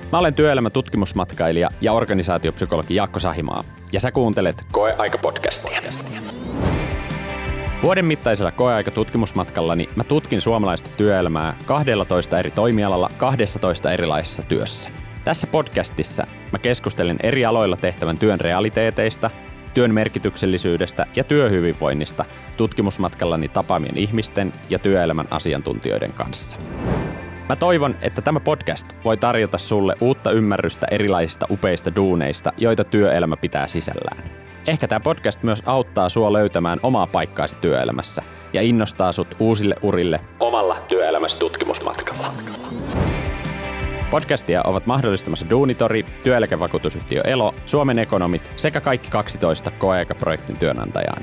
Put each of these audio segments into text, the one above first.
Mä olen työelämätutkimusmatkailija ja organisaatiopsykologi Jaakko Sahimaa, ja sä kuuntelet Koeaika-podcastia. Vuoden mittaisella koeaikatutkimusmatkallani mä tutkin suomalaista työelämää 12 eri toimialalla 12 erilaisessa työssä. Tässä podcastissa mä keskustelen eri aloilla tehtävän työn realiteeteista, työn merkityksellisyydestä ja työhyvinvoinnista tutkimusmatkallani tapaamien ihmisten ja työelämän asiantuntijoiden kanssa. Mä toivon, että tämä podcast voi tarjota sulle uutta ymmärrystä erilaisista upeista duuneista, joita työelämä pitää sisällään. Ehkä tämä podcast myös auttaa sua löytämään omaa paikkaasi työelämässä ja innostaa sut uusille urille omalla työelämässä tutkimusmatkalla. Podcastia ovat mahdollistamassa Duunitori, työeläkevakuutusyhtiö Elo, Suomen Ekonomit sekä kaikki 12 koeaikaprojektin työnantajaani.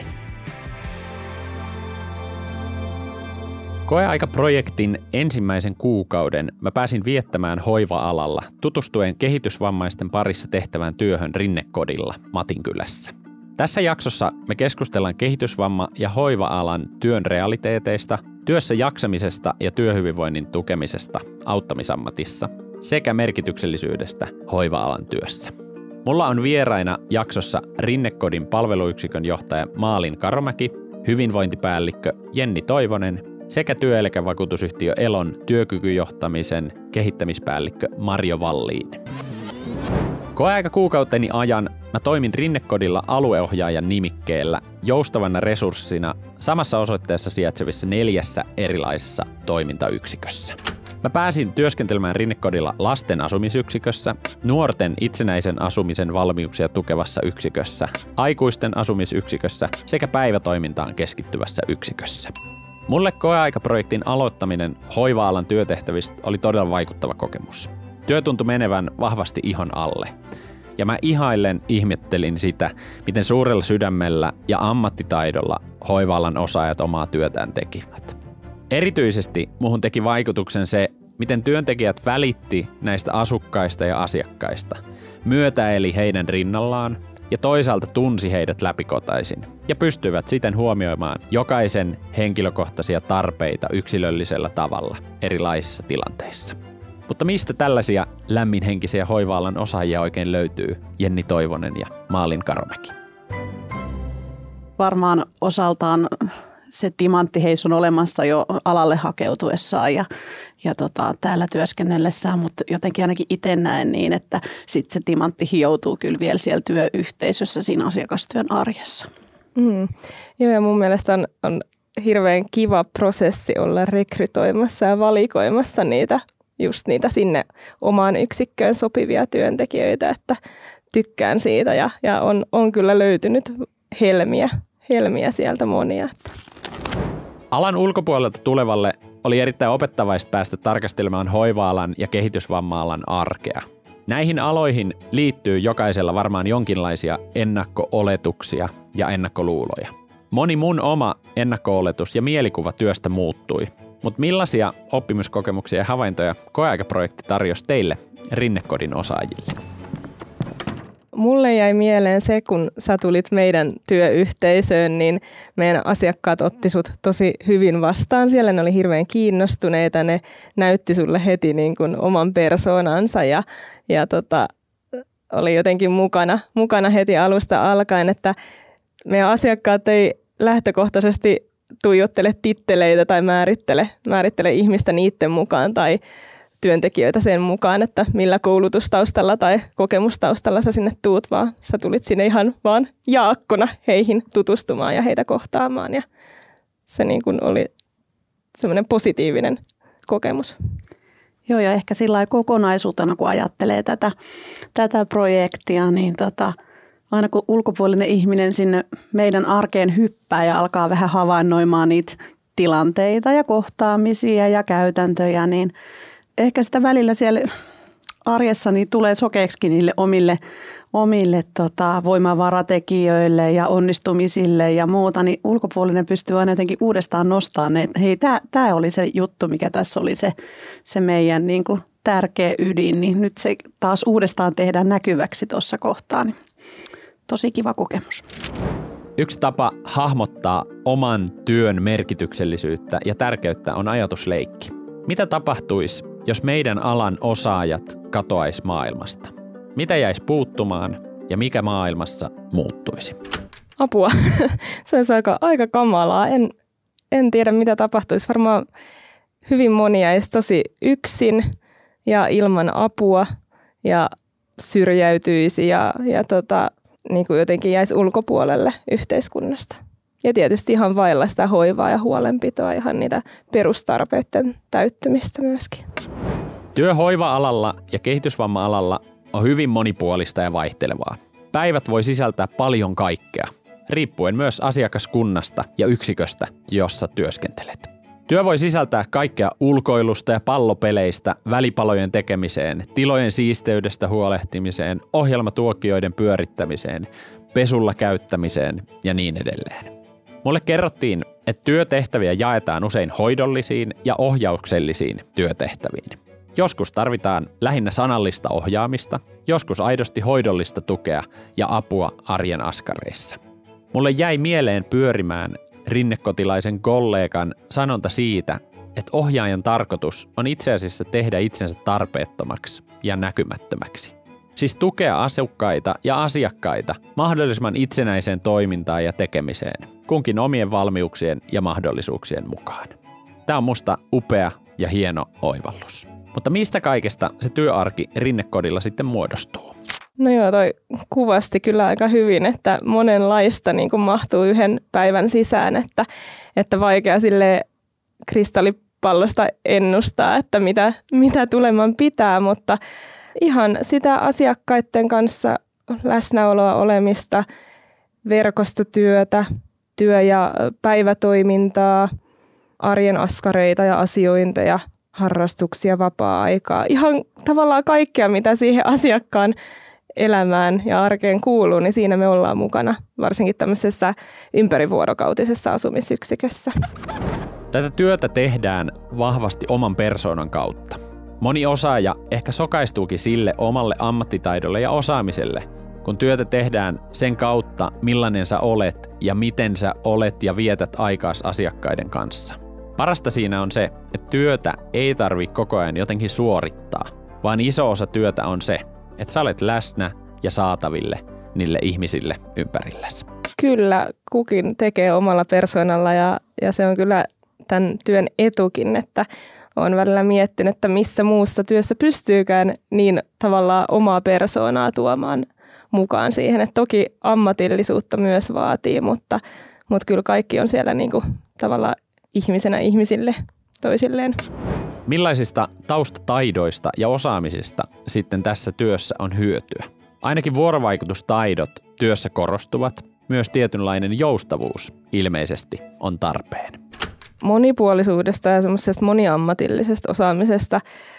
Koeaikaprojektin ensimmäisen kuukauden mä pääsin viettämään hoiva-alalla tutustuen kehitysvammaisten parissa tehtävään työhön Rinnekodilla Matinkylässä. Tässä jaksossa me keskustellaan kehitysvamma- ja hoiva-alan työn realiteeteista, työssä jaksamisesta ja työhyvinvoinnin tukemisesta auttamisammatissa sekä merkityksellisyydestä hoiva-alan työssä. Mulla on vieraina jaksossa Rinnekodin palveluyksikön johtaja Maalin Karomäki, hyvinvointipäällikkö Jenni Toivonen sekä työeläkevakuutusyhtiö Elon työkykyjohtamisen kehittämispäällikkö Marjo Valliin. Koeaikakuukauteni ajan mä toimin Rinnekodilla alueohjaajan nimikkeellä joustavana resurssina samassa osoitteessa sijaitsevissa 4 erilaisessa toimintayksikössä. Mä pääsin työskentelemään Rinnekodilla lasten asumisyksikössä, nuorten itsenäisen asumisen valmiuksia tukevassa yksikössä, aikuisten asumisyksikössä sekä päivätoimintaan keskittyvässä yksikössä. Mulle koeaikaprojektin aloittaminen hoiva-alan työtehtävistä oli todella vaikuttava kokemus. Työ tuntui menevän vahvasti ihon alle. Ja mä ihmettelin sitä, miten suurella sydämellä ja ammattitaidolla hoiva-alan osaajat omaa työtään tekivät. Erityisesti muhun teki vaikutuksen se, miten työntekijät välitti näistä asukkaista ja asiakkaista, myötäeli heidän rinnallaan ja toisaalta tunsi heidät läpikotaisin ja pystyivät siten huomioimaan jokaisen henkilökohtaisia tarpeita yksilöllisellä tavalla erilaisissa tilanteissa. Mutta mistä tällaisia lämminhenkisiä hoiva-alan osaajia oikein löytyy, Jenni Toivonen ja Maalin Karomäki? Varmaan osaltaan se timanttiheis on olemassa jo alalle hakeutuessaan ja täällä työskennellessään, mutta jotenkin ainakin itse näen niin, että sitten se timantti hioutuu kyllä vielä siellä työyhteisössä siinä asiakastyön arjessa. Joo, ja mun mielestä on hirveän kiva prosessi olla rekrytoimassa ja valikoimassa niitä sinne omaan yksikköön sopivia työntekijöitä, että tykkään siitä ja on kyllä löytynyt helmiä sieltä monia. Alan ulkopuolelta tulevalle oli erittäin opettavaista päästä tarkastelemaan hoiva-alan ja kehitysvamma-alan arkea. Näihin aloihin liittyy jokaisella varmaan jonkinlaisia ennakko-oletuksia ja ennakkoluuloja. Moni mun oma ennakko-oletus ja mielikuva työstä muuttui, mutta millaisia oppimiskokemuksia ja havaintoja koeaikaprojekti tarjosi teille Rinnekodin osaajille? Mulle jäi mieleen se, kun sä tulit meidän työyhteisöön, niin meidän asiakkaat otti sut tosi hyvin vastaan. Siellä ne oli hirveän kiinnostuneita, ne näytti sulle heti niin kuin oman persoonansa ja oli jotenkin mukana heti alusta alkaen, että meidän asiakkaat ei lähtökohtaisesti tuijottele titteleitä tai määrittele ihmistä niiden mukaan tai työntekijöitä sen mukaan, että millä koulutustaustalla tai kokemustaustalla sä sinne tuut, vaan sä tulit sinne ihan vaan Jaakkona heihin tutustumaan ja heitä kohtaamaan ja se niin kuin oli semmoinen positiivinen kokemus. Joo, ja ehkä sillä lailla kokonaisuutena, kun ajattelee tätä projektia, niin aina kun ulkopuolinen ihminen sinne meidän arkeen hyppää ja alkaa vähän havainnoimaan niitä tilanteita ja kohtaamisia ja käytäntöjä, niin ehkä sitä välillä siellä arjessa niin tulee sokeeksi niille omille voimavaratekijöille ja onnistumisille ja muuta, niin ulkopuolinen pystyy aina jotenkin uudestaan nostamaan ne, että hei, tämä oli se juttu, mikä tässä oli se meidän niin kuin tärkeä ydin, niin nyt se taas uudestaan tehdään näkyväksi tuossa kohtaa, niin tosi kiva kokemus. Yksi tapa hahmottaa oman työn merkityksellisyyttä ja tärkeyttä on ajatusleikki. Mitä tapahtuisi, jos meidän alan osaajat katoaisi maailmasta? Mitä jäisi puuttumaan ja mikä maailmassa muuttuisi? Apua. Se olisi aika kamalaa. En tiedä, mitä tapahtuisi. Varmaan hyvin moni jäisi tosi yksin ja ilman apua ja syrjäytyisi ja niin kuin jotenkin jäisi ulkopuolelle yhteiskunnasta. Ja tietysti ihan vailla sitä hoivaa ja huolenpitoa, ihan niitä perustarpeiden täyttymistä myöskin. Työ hoiva-alalla ja kehitysvamma-alalla on hyvin monipuolista ja vaihtelevaa. Päivät voi sisältää paljon kaikkea, riippuen myös asiakaskunnasta ja yksiköstä, jossa työskentelet. Työ voi sisältää kaikkea ulkoilusta ja pallopeleistä välipalojen tekemiseen, tilojen siisteydestä huolehtimiseen, ohjelmatuokioiden pyörittämiseen, pesulla käyttämiseen ja niin edelleen. Mulle kerrottiin, että työtehtäviä jaetaan usein hoidollisiin ja ohjauksellisiin työtehtäviin. Joskus tarvitaan lähinnä sanallista ohjaamista, joskus aidosti hoidollista tukea ja apua arjen askareissa. Mulle jäi mieleen pyörimään rinnekotilaisen kollegan sanonta siitä, että ohjaajan tarkoitus on itse asiassa tehdä itsensä tarpeettomaksi ja näkymättömäksi. Siis tukea asukkaita ja asiakkaita mahdollisimman itsenäiseen toimintaan ja tekemiseen, kunkin omien valmiuksien ja mahdollisuuksien mukaan. Tämä on musta upea ja hieno oivallus. Mutta mistä kaikesta se työarki rinnekodilla sitten muodostuu? No joo, toi kuvasti kyllä aika hyvin, että monenlaista niin kuin mahtuu yhden päivän sisään, että vaikea sille kristallipallosta ennustaa, että mitä tuleman pitää, mutta ihan sitä asiakkaiden kanssa läsnäoloa olemista, verkostotyötä, työ- ja päivätoimintaa, arjen askareita ja asiointeja, harrastuksia, vapaa-aikaa. Ihan tavallaan kaikkea, mitä siihen asiakkaan elämään ja arkeen kuuluu, niin siinä me ollaan mukana, varsinkin tämmöisessä ympärivuorokautisessa asumisyksikössä. Tätä työtä tehdään vahvasti oman persoonan kautta. Moni osaaja ehkä sokaistuukin sille omalle ammattitaidolle ja osaamiselle, kun työtä tehdään sen kautta, millainen sä olet ja miten sä olet ja vietät aikaas asiakkaiden kanssa. Parasta siinä on se, että työtä ei tarvitse koko ajan jotenkin suorittaa, vaan iso osa työtä on se, että sä olet läsnä ja saataville niille ihmisille ympärilläsi. Kyllä, kukin tekee omalla persoonalla ja se on kyllä tämän työn etukin, että olen välillä miettinyt, että missä muussa työssä pystyykään niin tavallaan omaa persoonaa tuomaan mukaan siihen. Että toki ammatillisuutta myös vaatii, mutta kyllä kaikki on siellä niin kuin tavallaan ihmisenä ihmisille toisilleen. Millaisista taustataidoista ja osaamisista sitten tässä työssä on hyötyä? Ainakin vuorovaikutustaidot työssä korostuvat, myös tietynlainen joustavuus ilmeisesti on tarpeen. Monipuolisuudesta ja semmoisesta moniammatillisesta osaamisesta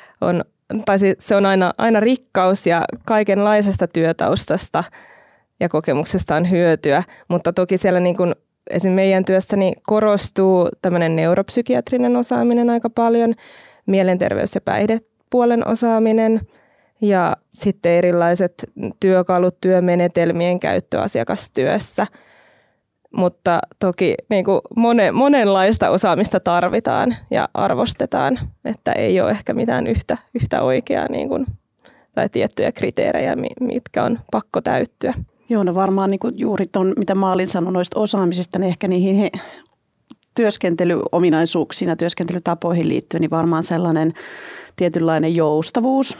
se on aina rikkaus ja kaikenlaisesta työtaustasta ja kokemuksesta on hyötyä, mutta toki siellä niin kuin esimerkiksi meidän työssäni korostuu tämmöinen neuropsykiatrinen osaaminen aika paljon, mielenterveys- ja päihdepuolen osaaminen ja sitten erilaiset työkalut, työmenetelmien käyttö asiakastyössä. Mutta toki niin kuin monenlaista osaamista tarvitaan ja arvostetaan, että ei ole ehkä mitään yhtä oikeaa niin kuin, tai tiettyjä kriteerejä, mitkä on pakko täyttyä. Joo, no varmaan niin kuin juuri tuon, mitä mä olin sanonut noista osaamisista, niin ehkä niihin työskentelyominaisuuksiin ja työskentelytapoihin liittyen, niin varmaan sellainen tietynlainen joustavuus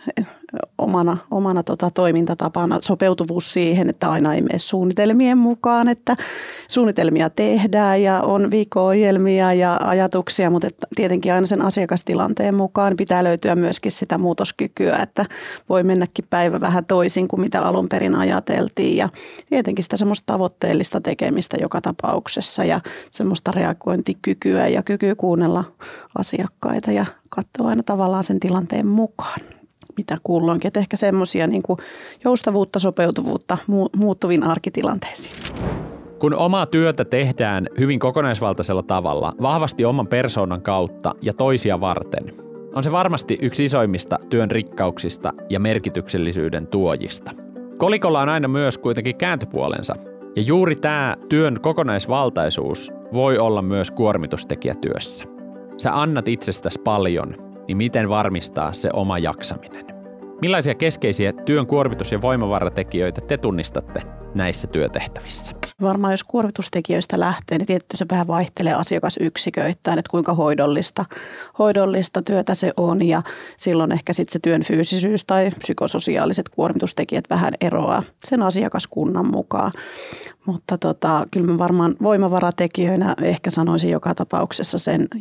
omana toimintatapana, sopeutuvuus siihen, että aina ei mene suunnitelmien mukaan, että suunnitelmia tehdään ja on viikko-ohjelmia ja ajatuksia, mutta tietenkin aina sen asiakastilanteen mukaan pitää löytyä myöskin sitä muutoskykyä, että voi mennäkin päivä vähän toisin kuin mitä alun perin ajateltiin ja tietenkin sitä semmoista tavoitteellista tekemistä joka tapauksessa ja semmoista reagointikykyä ja kykyä kuunnella asiakkaita ja katsoa aina tavallaan sen tilanteen mukaan, mitä kulloinkin. Että ehkä semmoisia niin kuin joustavuutta, sopeutuvuutta muuttuviin arkitilanteisiin. Kun omaa työtä tehdään hyvin kokonaisvaltaisella tavalla, vahvasti oman persoonan kautta ja toisia varten, on se varmasti yksi isoimmista työn rikkauksista ja merkityksellisyyden tuojista. Kolikolla on aina myös kuitenkin kääntöpuolensa, ja juuri tämä työn kokonaisvaltaisuus voi olla myös kuormitustekijä työssä. Sä annat itsestäsi paljon, niin miten varmistaa se oma jaksaminen? Millaisia keskeisiä työn kuormitus- ja voimavaratekijöitä te tunnistatte näissä työtehtävissä? Varmaan jos kuormitustekijöistä lähtee, niin tietysti se vähän vaihtelee asiakasyksiköittäin, että kuinka hoidollista työtä se on ja silloin ehkä sitten se työn fyysisyys tai psykososiaaliset kuormitustekijät vähän eroaa sen asiakaskunnan mukaan. Mutta kyllä mä varmaan voimavaratekijöinä ehkä sanoisin joka tapauksessa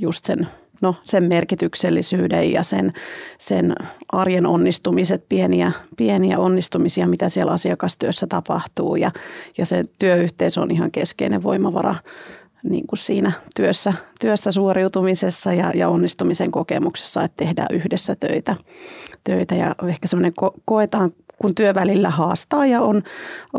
sen merkityksellisyyden ja sen arjen onnistumiset, pieniä onnistumisia, mitä siellä asiakastyössä tapahtuu ja se työyhteisö on ihan keskeinen voimavara niin kuin siinä työssä suoriutumisessa ja onnistumisen kokemuksessa, että tehdään yhdessä töitä ja ehkä semmoinen koetaan, kun työ välillä haastaa ja on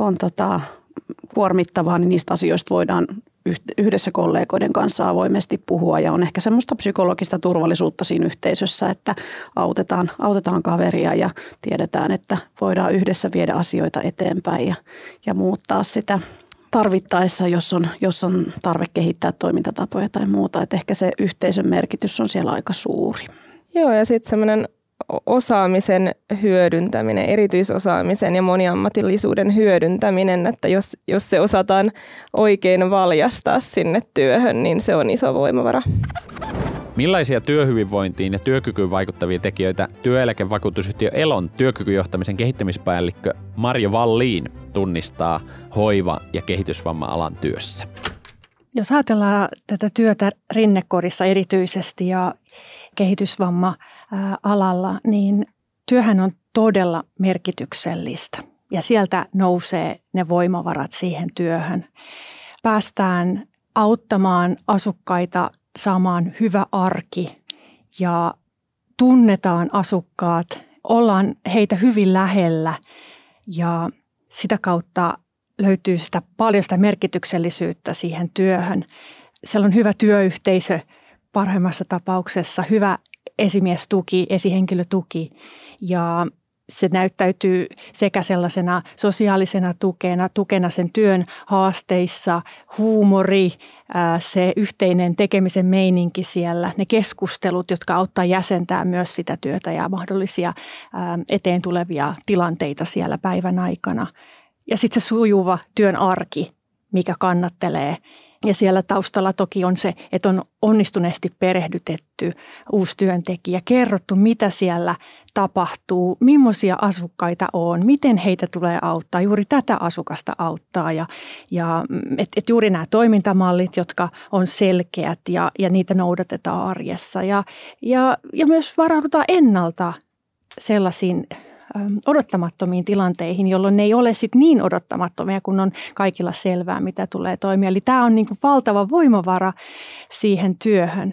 kuormittavaa, niin niistä asioista voidaan yhdessä kollegoiden kanssa avoimesti puhua ja on ehkä semmoista psykologista turvallisuutta siinä yhteisössä, että autetaan kaveria ja tiedetään, että voidaan yhdessä viedä asioita eteenpäin ja muuttaa sitä tarvittaessa, jos on tarve kehittää toimintatapoja tai muuta. Että ehkä se yhteisön merkitys on siellä aika suuri. Joo, ja sitten semmoinen osaamisen hyödyntäminen, erityisosaamisen ja moniammatillisuuden hyödyntäminen, että jos se osataan oikein valjastaa sinne työhön, niin se on iso voimavara. Millaisia työhyvinvointiin ja työkykyyn vaikuttavia tekijöitä työeläkevakuutusyhtiö Elon työkykyjohtamisen kehittämispäällikkö Marjo Wallin tunnistaa hoiva- ja kehitysvamma-alan työssä? Jos ajatellaan tätä työtä Rinnekodissa erityisesti ja kehitysvamma-alalla, niin työhän on todella merkityksellistä ja sieltä nousee ne voimavarat siihen työhön. Päästään auttamaan asukkaita saamaan hyvä arki ja tunnetaan asukkaat, ollaan heitä hyvin lähellä ja sitä kautta löytyy paljon sitä merkityksellisyyttä siihen työhön. Siellä on hyvä työyhteisö parhaimmassa tapauksessa, hyvä esimiestuki, esihenkilötuki ja se näyttäytyy sekä sellaisena sosiaalisena tukena sen työn haasteissa, huumori, se yhteinen tekemisen meininki siellä, ne keskustelut, jotka auttaa jäsentää myös sitä työtä ja mahdollisia eteen tulevia tilanteita siellä päivän aikana. Ja sitten se sujuva työn arki, mikä kannattelee. Ja siellä taustalla toki on se, että on onnistuneesti perehdytetty uusi työntekijä, kerrottu mitä siellä tapahtuu, millaisia asukkaita on, miten heitä tulee auttaa, juuri tätä asukasta auttaa. Ja et juuri nämä toimintamallit, jotka on selkeät ja niitä noudatetaan arjessa. Ja myös varaudutaan ennalta sellaisiin odottamattomiin tilanteihin, jolloin ne ei ole sit niin odottamattomia, kun on kaikilla selvää, mitä tulee toimia. Eli tämä on niin kuin valtava voimavara siihen työhön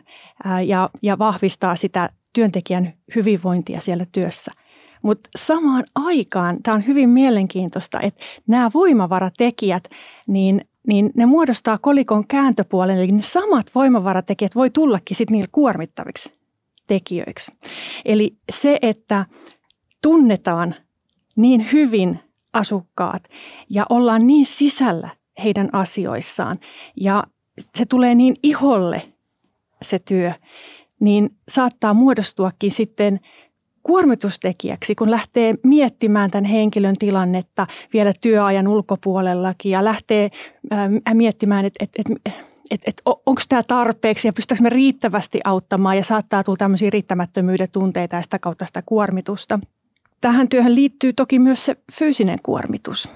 ja vahvistaa sitä työntekijän hyvinvointia siellä työssä. Mutta samaan aikaan tämä on hyvin mielenkiintoista, että nämä voimavaratekijät, niin ne muodostaa kolikon kääntöpuolen, eli ne samat voimavaratekijät voi tullakin sitten niillä kuormittaviksi tekijöiksi. Eli se, että tunnetaan niin hyvin asukkaat ja ollaan niin sisällä heidän asioissaan ja se tulee niin iholle se työ, niin saattaa muodostuakin sitten kuormitustekijäksi, kun lähtee miettimään tämän henkilön tilannetta vielä työajan ulkopuolellakin ja lähtee miettimään, että onko tämä tarpeeksi ja pystytäänkö me riittävästi auttamaan ja saattaa tulla tämmöisiä riittämättömyyden tunteita ja sitä kautta sitä kuormitusta. Tähän työhön liittyy toki myös se fyysinen kuormitus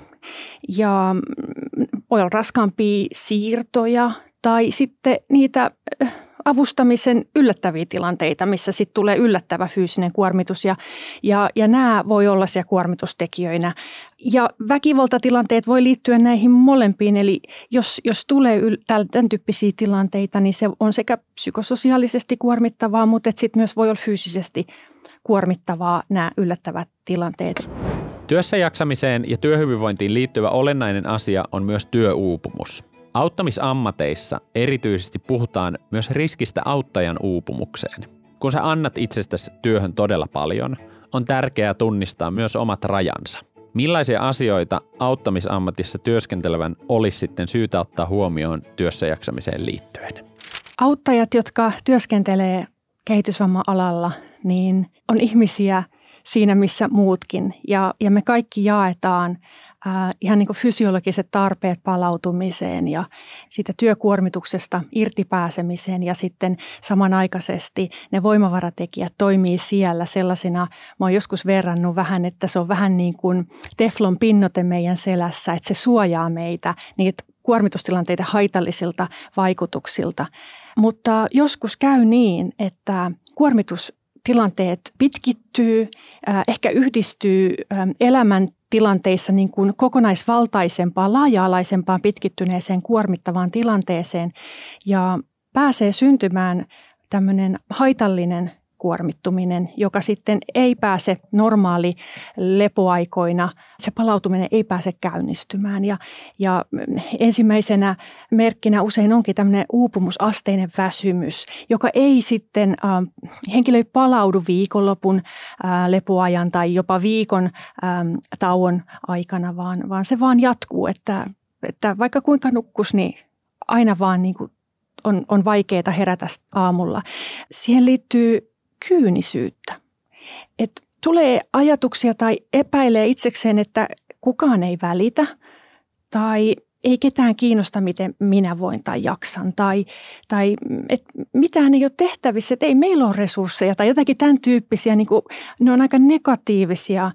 ja voi olla raskaampia siirtoja tai sitten niitä avustamisen yllättäviä tilanteita, missä sitten tulee yllättävä fyysinen kuormitus ja nämä voi olla siellä kuormitustekijöinä. Ja väkivaltatilanteet voi liittyä näihin molempiin, eli jos tulee tämän tyyppisiä tilanteita, niin se on sekä psykososiaalisesti kuormittavaa, mutta sitten myös voi olla fyysisesti kuormittavaa nämä yllättävät tilanteet. Työssä jaksamiseen ja työhyvinvointiin liittyvä olennainen asia on myös työuupumus. Auttamisammateissa erityisesti puhutaan myös riskistä auttajan uupumukseen. Kun sä annat itsestäsi työhön todella paljon, on tärkeää tunnistaa myös omat rajansa. Millaisia asioita auttamisammatissa työskentelevän olisi sitten syytä ottaa huomioon työssä jaksamiseen liittyen? Auttajat, jotka työskentelee kehitysvamma-alalla, niin on ihmisiä siinä, missä muutkin. Ja me kaikki jaetaan ihan niin kuin fysiologiset tarpeet palautumiseen ja siitä työkuormituksesta irtipääsemiseen ja sitten samanaikaisesti ne voimavaratekijät toimii siellä sellaisina, mä oon joskus verrannut vähän, että se on vähän niin kuin teflon pinnote meidän selässä, että se suojaa meitä niitä kuormitustilanteiden haitallisilta vaikutuksilta. Mutta joskus käy niin, että kuormitustilanteet pitkittyy, ehkä yhdistyy elämän tilanteissa niin kuin kokonaisvaltaisempaan, laaja-alaisempaan pitkittyneeseen kuormittavaan tilanteeseen ja pääsee syntymään tämmöinen haitallinen kuormittuminen, joka sitten ei pääse normaali lepoaikoina, se palautuminen ei pääse käynnistymään. Ja ensimmäisenä merkkinä usein onkin tämmöinen uupumusasteinen väsymys, joka ei sitten, henkilö ei palaudu viikonlopun lepoajan tai jopa viikon tauon aikana, vaan se vaan jatkuu, että vaikka kuinka nukkus, niin aina vaan niin kuin on vaikeaa herätä aamulla. Siihen liittyy kyynisyyttä. Et tulee ajatuksia tai epäilee itsekseen, että kukaan ei välitä tai ei ketään kiinnosta, miten minä voin tai jaksan tai että mitään ei ole tehtävissä, että ei meillä ole resursseja tai jotakin tämän tyyppisiä, niin kuin, ne on aika negatiivisia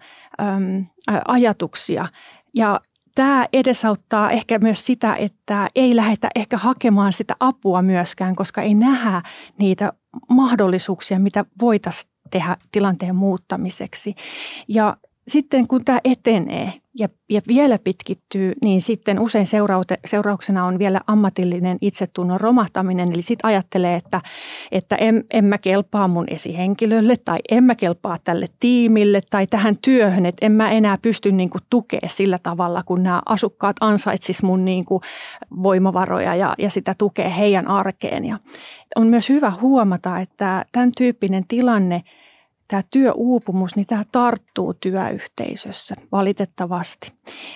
ajatuksia ja tämä edesauttaa ehkä myös sitä, että ei lähdetä ehkä hakemaan sitä apua myöskään, koska ei nähdä niitä mahdollisuuksia, mitä voitaisiin tehdä tilanteen muuttamiseksi. Ja sitten kun tämä etenee ja vielä pitkittyy, niin sitten usein seurauksena on vielä ammatillinen itsetunnon romahtaminen. Eli sitten ajattelee, että en mä kelpaa mun esihenkilölle tai en mä kelpaa tälle tiimille tai tähän työhön, että en mä enää pysty niinku tukemaan sillä tavalla, kun nämä asukkaat ansaitsis mun niinku voimavaroja ja sitä tukea heidän arkeen. Ja on myös hyvä huomata, että tämän tyyppinen tilanne, tämä työuupumus, niin tämä tarttuu työyhteisössä valitettavasti.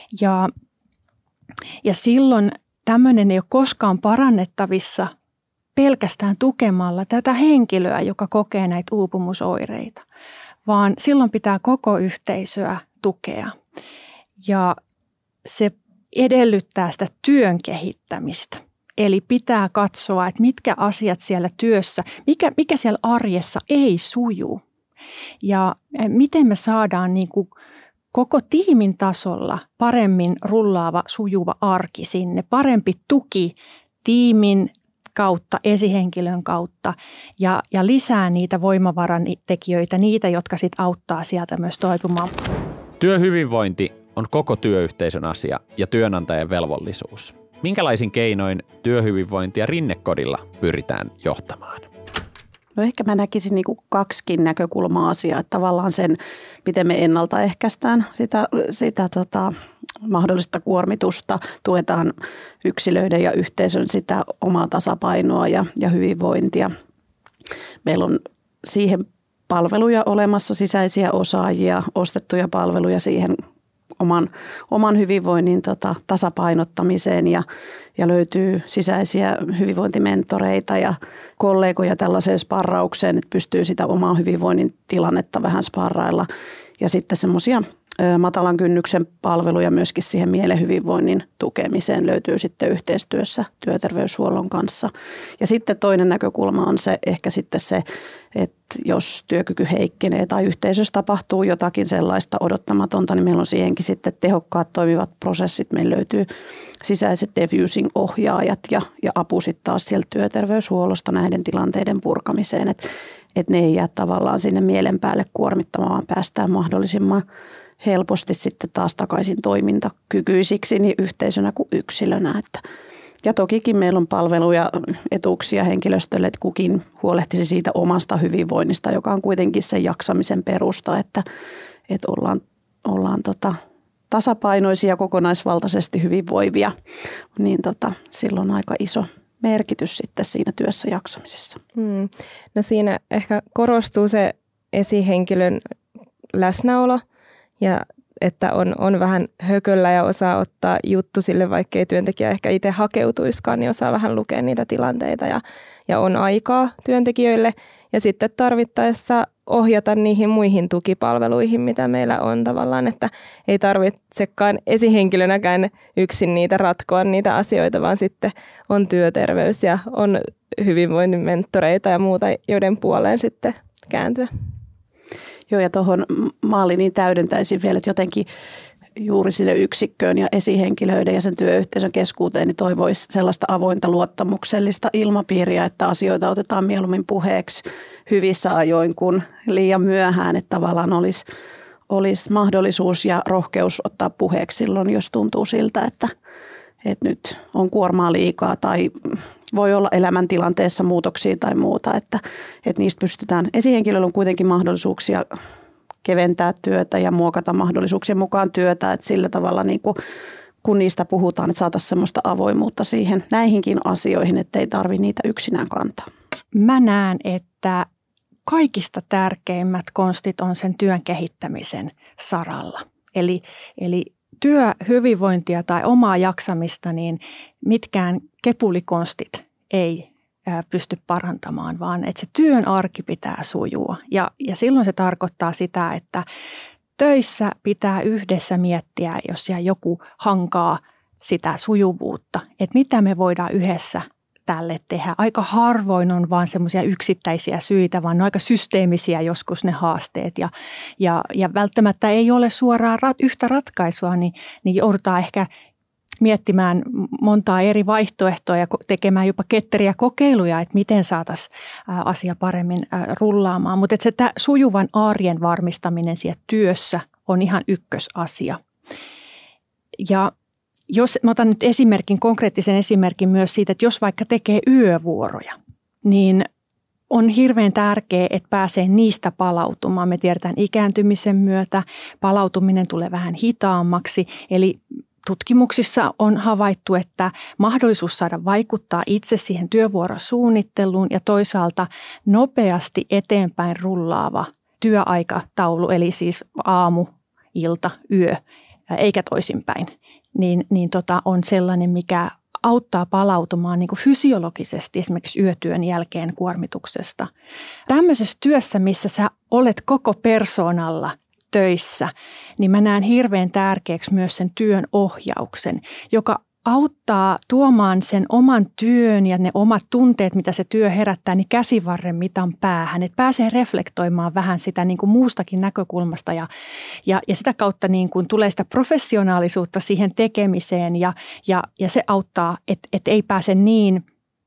Ja silloin tämmöinen ei ole koskaan parannettavissa pelkästään tukemalla tätä henkilöä, joka kokee näitä uupumusoireita, vaan silloin pitää koko yhteisöä tukea. Ja se edellyttää sitä työn kehittämistä. Eli pitää katsoa, että mitkä asiat siellä työssä, mikä siellä arjessa ei suju. Ja miten me saadaan niin kuin koko tiimin tasolla paremmin rullaava, sujuva arki sinne, parempi tuki tiimin kautta, esihenkilön kautta ja lisää niitä voimavaratekijöitä, niitä, jotka sitten auttaa sieltä myös toipumaan. Työhyvinvointi on koko työyhteisön asia ja työnantajan velvollisuus. Minkälaisin keinoin työhyvinvointia Rinnekodilla pyritään johtamaan? No ehkä mä näkisin niin kuin kaksikin näkökulmaa asiaa, että tavallaan sen, miten me ennaltaehkäistään sitä mahdollista kuormitusta, tuetaan yksilöiden ja yhteisön sitä omaa tasapainoa ja hyvinvointia. Meillä on siihen palveluja olemassa, sisäisiä osaajia, ostettuja palveluja siihen oman hyvinvoinnin tasapainottamiseen ja löytyy sisäisiä hyvinvointimentoreita ja kollegoja tällaiseen sparraukseen, että pystyy sitä omaa hyvinvoinnin tilannetta vähän sparrailla ja sitten semmoisia matalan kynnyksen palveluja myöskin siihen mielen hyvinvoinnin tukemiseen löytyy sitten yhteistyössä työterveyshuollon kanssa. Ja sitten toinen näkökulma on ehkä sitten se, että jos työkyky heikkenee tai yhteisössä tapahtuu jotakin sellaista odottamatonta, niin meillä on siihenkin sitten tehokkaat toimivat prosessit. Meillä löytyy sisäiset defusing-ohjaajat ja apu sitten taas sieltä työterveyshuollosta näiden tilanteiden purkamiseen, että ne ei jää tavallaan sinne mielen päälle kuormittamaan, vaan päästään mahdollisimman helposti sitten taas takaisin toimintakykyisiksi niin yhteisönä kuin yksilönä. Ja tokikin meillä on palveluja, etuuksia henkilöstölle, että kukin huolehtisi siitä omasta hyvinvoinnista, joka on kuitenkin sen jaksamisen perusta, että ollaan tasapainoisia, kokonaisvaltaisesti hyvinvoivia, niin silloin aika iso merkitys sitten siinä työssä jaksamisessa. No siinä ehkä korostuu se esihenkilön läsnäolo ja että on vähän hököllä ja osaa ottaa juttu sille, vaikkei työntekijä ehkä itse hakeutuiskaan, niin osaa vähän lukea niitä tilanteita ja on aikaa työntekijöille. ja sitten tarvittaessa ohjata niihin muihin tukipalveluihin, mitä meillä on tavallaan, että ei tarvitsekaan esihenkilönäkään yksin niitä ratkoa niitä asioita, vaan sitten on työterveys ja on hyvinvointimentoreita ja muuta, joiden puoleen sitten kääntyä. Joo, ja tuohon Maliniin täydentäisin vielä, että jotenkin juuri sinne yksikköön ja esihenkilöiden ja sen työyhteisön keskuuteen niin toivoisi sellaista avointa luottamuksellista ilmapiiriä, että asioita otetaan mieluummin puheeksi hyvissä ajoin kuin liian myöhään, että tavallaan olisi mahdollisuus ja rohkeus ottaa puheeksi silloin, jos tuntuu siltä, että nyt on kuormaa liikaa tai voi olla elämäntilanteessa muutoksia tai muuta, että niistä pystytään. Esihenkilöllä on kuitenkin mahdollisuuksia keventää työtä ja muokata mahdollisuuksien mukaan työtä, että sillä tavalla niin kun niistä puhutaan, että saataisiin semmoista avoimuutta siihen näihinkin asioihin, että ei tarvitse niitä yksinään kantaa. Mä näen, että kaikista tärkeimmät konstit on sen työn kehittämisen saralla. Eli työhyvinvointia tai omaa jaksamista, niin mitkään kepulikonstit ei pysty parantamaan, vaan että se työn arki pitää sujua. Ja silloin se tarkoittaa sitä, että töissä pitää yhdessä miettiä, jos siellä joku hankaa sitä sujuvuutta, että mitä me voidaan yhdessä tälle tehdä. Aika harvoin on vaan semmoisia yksittäisiä syitä, vaan ne on aika systeemisiä joskus ne haasteet. Ja välttämättä ei ole suoraan yhtä ratkaisua, niin joudutaan ehkä miettimään montaa eri vaihtoehtoa ja tekemään jopa ketteriä kokeiluja, että miten saataisiin asia paremmin rullaamaan. Mutta se sujuvan arjen varmistaminen siellä työssä on ihan ykkösasia. Ja jos mä otan nyt konkreettisen esimerkin myös siitä, että jos vaikka tekee yövuoroja, niin on hirveän tärkeää, että pääsee niistä palautumaan. Me tiedetään ikääntymisen myötä, palautuminen tulee vähän hitaammaksi, eli tutkimuksissa on havaittu, että mahdollisuus saada vaikuttaa itse siihen työvuorosuunnitteluun ja toisaalta nopeasti eteenpäin rullaava työaikataulu, eli siis aamu, ilta, yö, eikä toisinpäin, niin on sellainen, mikä auttaa palautumaan niin kuin fysiologisesti esimerkiksi yötyön jälkeen kuormituksesta. Tämmöisessä työssä, missä sä olet koko persoonalla töissä, niin mä näen hirveän tärkeäksi myös sen työn ohjauksen, joka auttaa tuomaan sen oman työn ja ne omat tunteet, mitä se työ herättää, niin käsivarren mitan päähän. Että pääsee reflektoimaan vähän sitä niin kuin muustakin näkökulmasta ja sitä kautta niin kuin tulee sitä professionaalisuutta siihen tekemiseen ja se auttaa, että ei pääse niin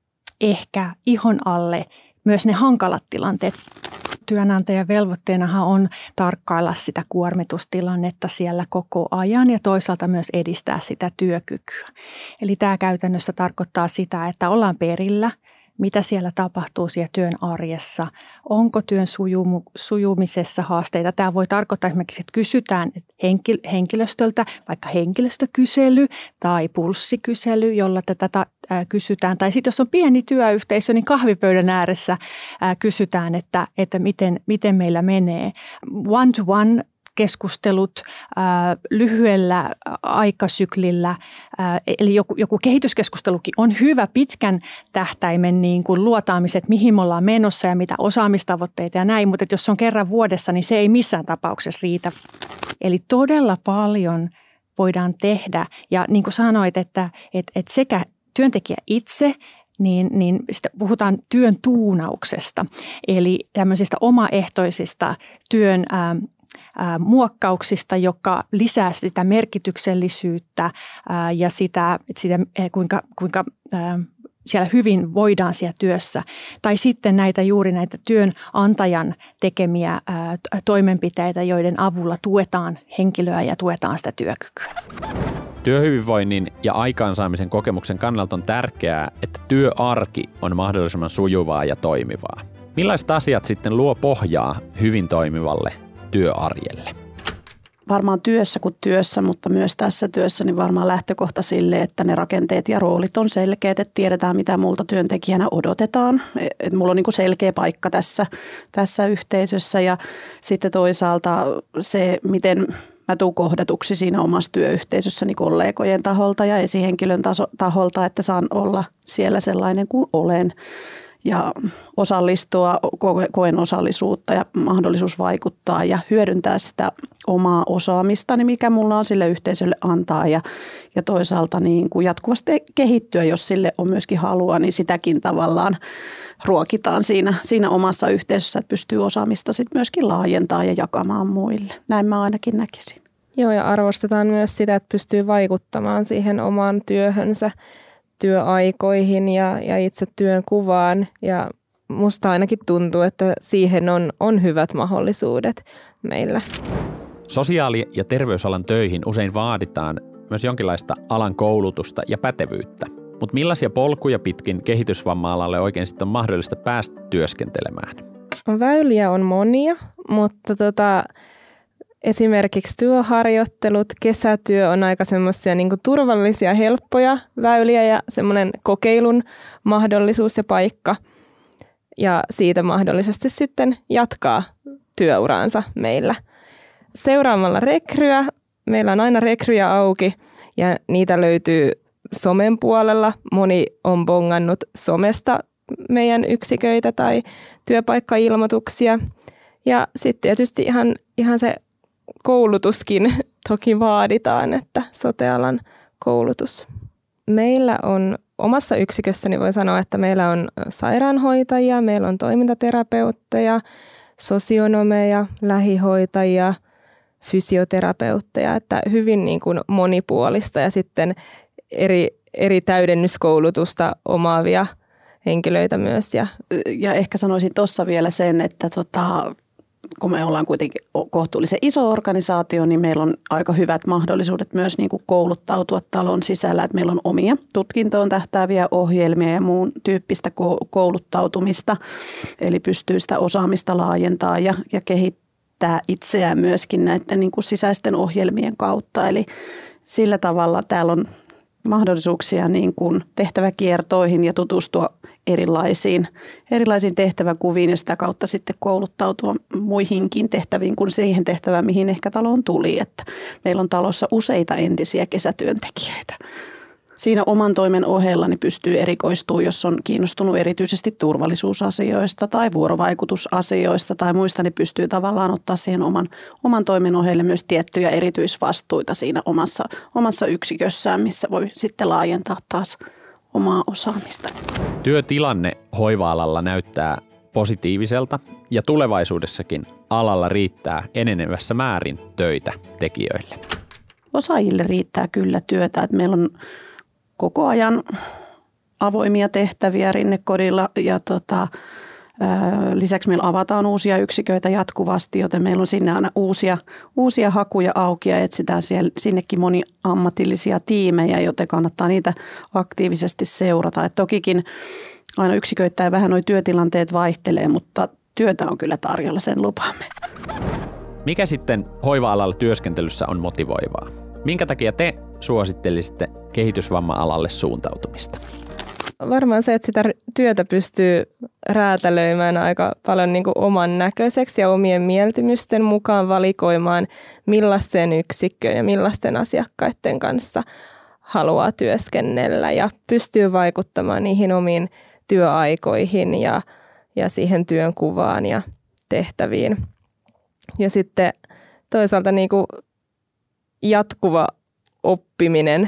ehkä ihon alle myös ne hankalat tilanteet. Työnantajan velvoitteenahan on tarkkailla sitä kuormitustilannetta siellä koko ajan ja toisaalta myös edistää sitä työkykyä. Eli tämä käytännössä tarkoittaa sitä, että ollaan perillä, mitä siellä tapahtuu siellä työn arjessa, onko työn sujumisessa haasteita. Tämä voi tarkoittaa esimerkiksi, että kysytään henkilöstöltä vaikka henkilöstökysely tai pulssikysely, jolla tätä kysytään. Tai sitten jos on pieni työyhteisö, niin kahvipöydän ääressä kysytään, että miten meillä menee. One-to-one keskustelut lyhyellä aikasyklillä, eli joku kehityskeskustelukin on hyvä pitkän tähtäimen niin kuin luotaamiset, mihin me ollaan menossa ja mitä osaamistavoitteita ja näin, mutta jos se on kerran vuodessa, niin se ei missään tapauksessa riitä. Eli todella paljon voidaan tehdä ja niin kuin sanoit, että sekä työntekijä itse, niin sitä puhutaan työn tuunauksesta, eli tämmöisistä omaehtoisista työn muokkauksista, joka lisää sitä merkityksellisyyttä ja sitä kuinka siellä hyvin voidaan siellä työssä. Tai sitten juuri näitä työnantajan tekemiä toimenpiteitä, joiden avulla tuetaan henkilöä ja tuetaan sitä työkykyä. Työhyvinvoinnin ja aikaansaamisen kokemuksen kannalta on tärkeää, että työarki on mahdollisimman sujuvaa ja toimivaa. Millaiset asiat sitten luo pohjaa hyvin toimivalle työarjelle? Varmaan työssä kuin työssä, mutta myös tässä työssä niin varmaan lähtökohta sille, että ne rakenteet ja roolit on selkeät, että tiedetään mitä multa työntekijänä odotetaan. Että mulla on niin kuin selkeä paikka tässä yhteisössä ja sitten toisaalta se, miten mä tuun kohdatuksi siinä omassa työyhteisössäni kollegojen taholta ja esihenkilön taholta, että saan olla siellä sellainen kuin olen. ja osallistua, koen osallisuutta ja mahdollisuus vaikuttaa ja hyödyntää sitä omaa osaamistani, mikä mulla on sille yhteisölle antaa ja toisaalta niin kuin jatkuvasti kehittyä, jos sille on myöskin halua, niin sitäkin tavallaan ruokitaan siinä omassa yhteisössä, että pystyy osaamista sitten myöskin laajentaa ja jakamaan muille. Näin mä ainakin näkisin. Joo, ja arvostetaan myös sitä, että pystyy vaikuttamaan siihen omaan työhönsä, työaikoihin ja itse työn kuvaan. Ja musta ainakin tuntuu, että siihen on hyvät mahdollisuudet meillä. Sosiaali- ja terveysalan töihin usein vaaditaan myös jonkinlaista alan koulutusta ja pätevyyttä. Mutta millaisia polkuja pitkin kehitysvamma-alalle oikein sitten on mahdollista päästä työskentelemään? Väyliä on monia, mutta esimerkiksi työharjoittelut, kesätyö on aika semmoisia niin kuin turvallisia, helppoja väyliä ja semmoinen kokeilun mahdollisuus ja paikka. Ja siitä mahdollisesti sitten jatkaa työuraansa meillä. Seuraamalla rekryä. Meillä on aina rekryjä auki ja niitä löytyy somen puolella. Moni on bongannut somesta meidän yksiköitä tai työpaikkailmoituksia. Ja sitten tietysti ihan se koulutuskin toki vaaditaan, että sote-alan koulutus. Meillä on omassa yksikössäni voi sanoa, että meillä on sairaanhoitajia, meillä on toimintaterapeutteja, sosionomeja, lähihoitajia, fysioterapeutteja, että hyvin niin kuin monipuolista ja sitten eri täydennyskoulutusta omaavia henkilöitä myös. Ja ehkä sanoisin tuossa vielä sen, että kun me ollaan kuitenkin kohtuullisen iso organisaatio, niin meillä on aika hyvät mahdollisuudet myös niin kuin kouluttautua talon sisällä. Että meillä on omia tutkintoon tähtääviä ohjelmia ja muun tyyppistä kouluttautumista, eli pystyy sitä osaamista laajentaa ja kehittää itseään myöskin näiden niin kuin sisäisten ohjelmien kautta. Eli sillä tavalla täällä on mahdollisuuksia niin kuin tehtäväkiertoihin ja tutustua erilaisiin tehtäväkuviin ja sitä kautta sitten kouluttautua muihinkin tehtäviin kuin siihen tehtävään, mihin ehkä taloon tuli. Että meillä on talossa useita entisiä kesätyöntekijöitä. Siinä oman toimen ohella niin pystyy erikoistumaan, jos on kiinnostunut erityisesti turvallisuusasioista tai vuorovaikutusasioista tai muista, niin pystyy tavallaan ottaa siihen oman toimen ohelle myös tiettyjä erityisvastuita siinä omassa yksikössään, missä voi sitten laajentaa taas omaa osaamista. Työtilanne hoiva-alalla näyttää positiiviselta ja tulevaisuudessakin alalla riittää enenevässä määrin töitä tekijöille. Osaajille riittää kyllä työtä, että meillä on koko ajan avoimia tehtäviä Rinnekodilla ja lisäksi meillä avataan uusia yksiköitä jatkuvasti, joten meillä on sinne aina uusia hakuja auki ja etsitään sinnekin moniammatillisia tiimejä, joten kannattaa niitä aktiivisesti seurata. Et tokikin aina yksiköittäin vähän nuo työtilanteet vaihtelee, mutta työtä on kyllä tarjolla, sen lupaamme. Mikä sitten hoiva-alalla työskentelyssä on motivoivaa? Minkä takia te suosittelisitte kehitysvamma-alalle suuntautumista? Varmaan se, että sitä työtä pystyy räätälöimään aika paljon niin kuin oman näköiseksi ja omien mieltymysten mukaan valikoimaan, millaisen yksikköön ja millaisten asiakkaiden kanssa haluaa työskennellä ja pystyy vaikuttamaan niihin omiin työaikoihin ja siihen työn kuvaan ja tehtäviin. Ja sitten toisaalta niin kuin jatkuva oppiminen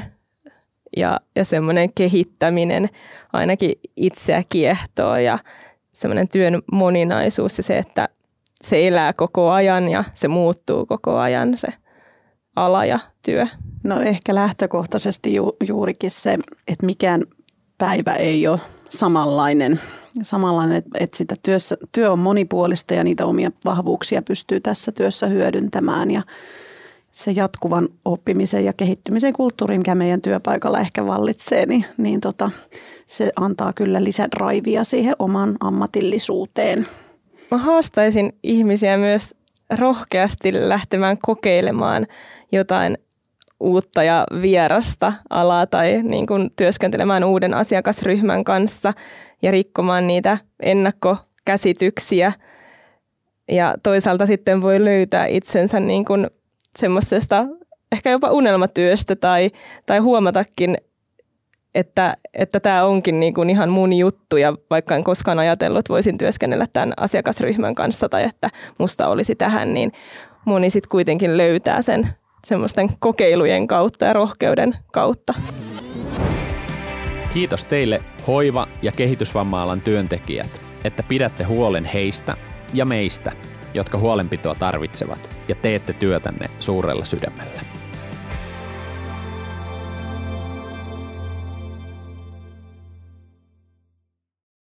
ja semmoinen kehittäminen ainakin itseä kiehtoo ja semmoinen työn moninaisuus ja se, että se elää koko ajan ja se muuttuu koko ajan se ala ja työ. No ehkä lähtökohtaisesti juurikin se, että mikään päivä ei ole samanlainen, että sitä työ on monipuolista ja niitä omia vahvuuksia pystyy tässä työssä hyödyntämään ja se jatkuvan oppimisen ja kehittymisen kulttuuri, mikä meidän työpaikalla ehkä vallitsee, niin se antaa kyllä lisädraivia siihen oman ammatillisuuteen. Mä haastaisin ihmisiä myös rohkeasti lähtemään kokeilemaan jotain uutta ja vierasta alaa tai niin kuin työskentelemään uuden asiakasryhmän kanssa ja rikkomaan niitä ennakkokäsityksiä. Ja toisaalta sitten voi löytää itsensä niin kuin semmoisesta ehkä jopa unelmatyöstä tai huomatakin että tämä onkin niin kuin ihan mun juttu ja vaikka en koskaan ajatellut, että voisin työskennellä tämän asiakasryhmän kanssa tai että musta olisi tähän, niin moni sitten kuitenkin löytää sen semmoisten kokeilujen kautta ja rohkeuden kautta. Kiitos teille hoiva- ja kehitysvamma-alan työntekijät, että pidätte huolen heistä ja meistä, jotka huolenpitoa tarvitsevat ja teette työtänne suurella sydämellä.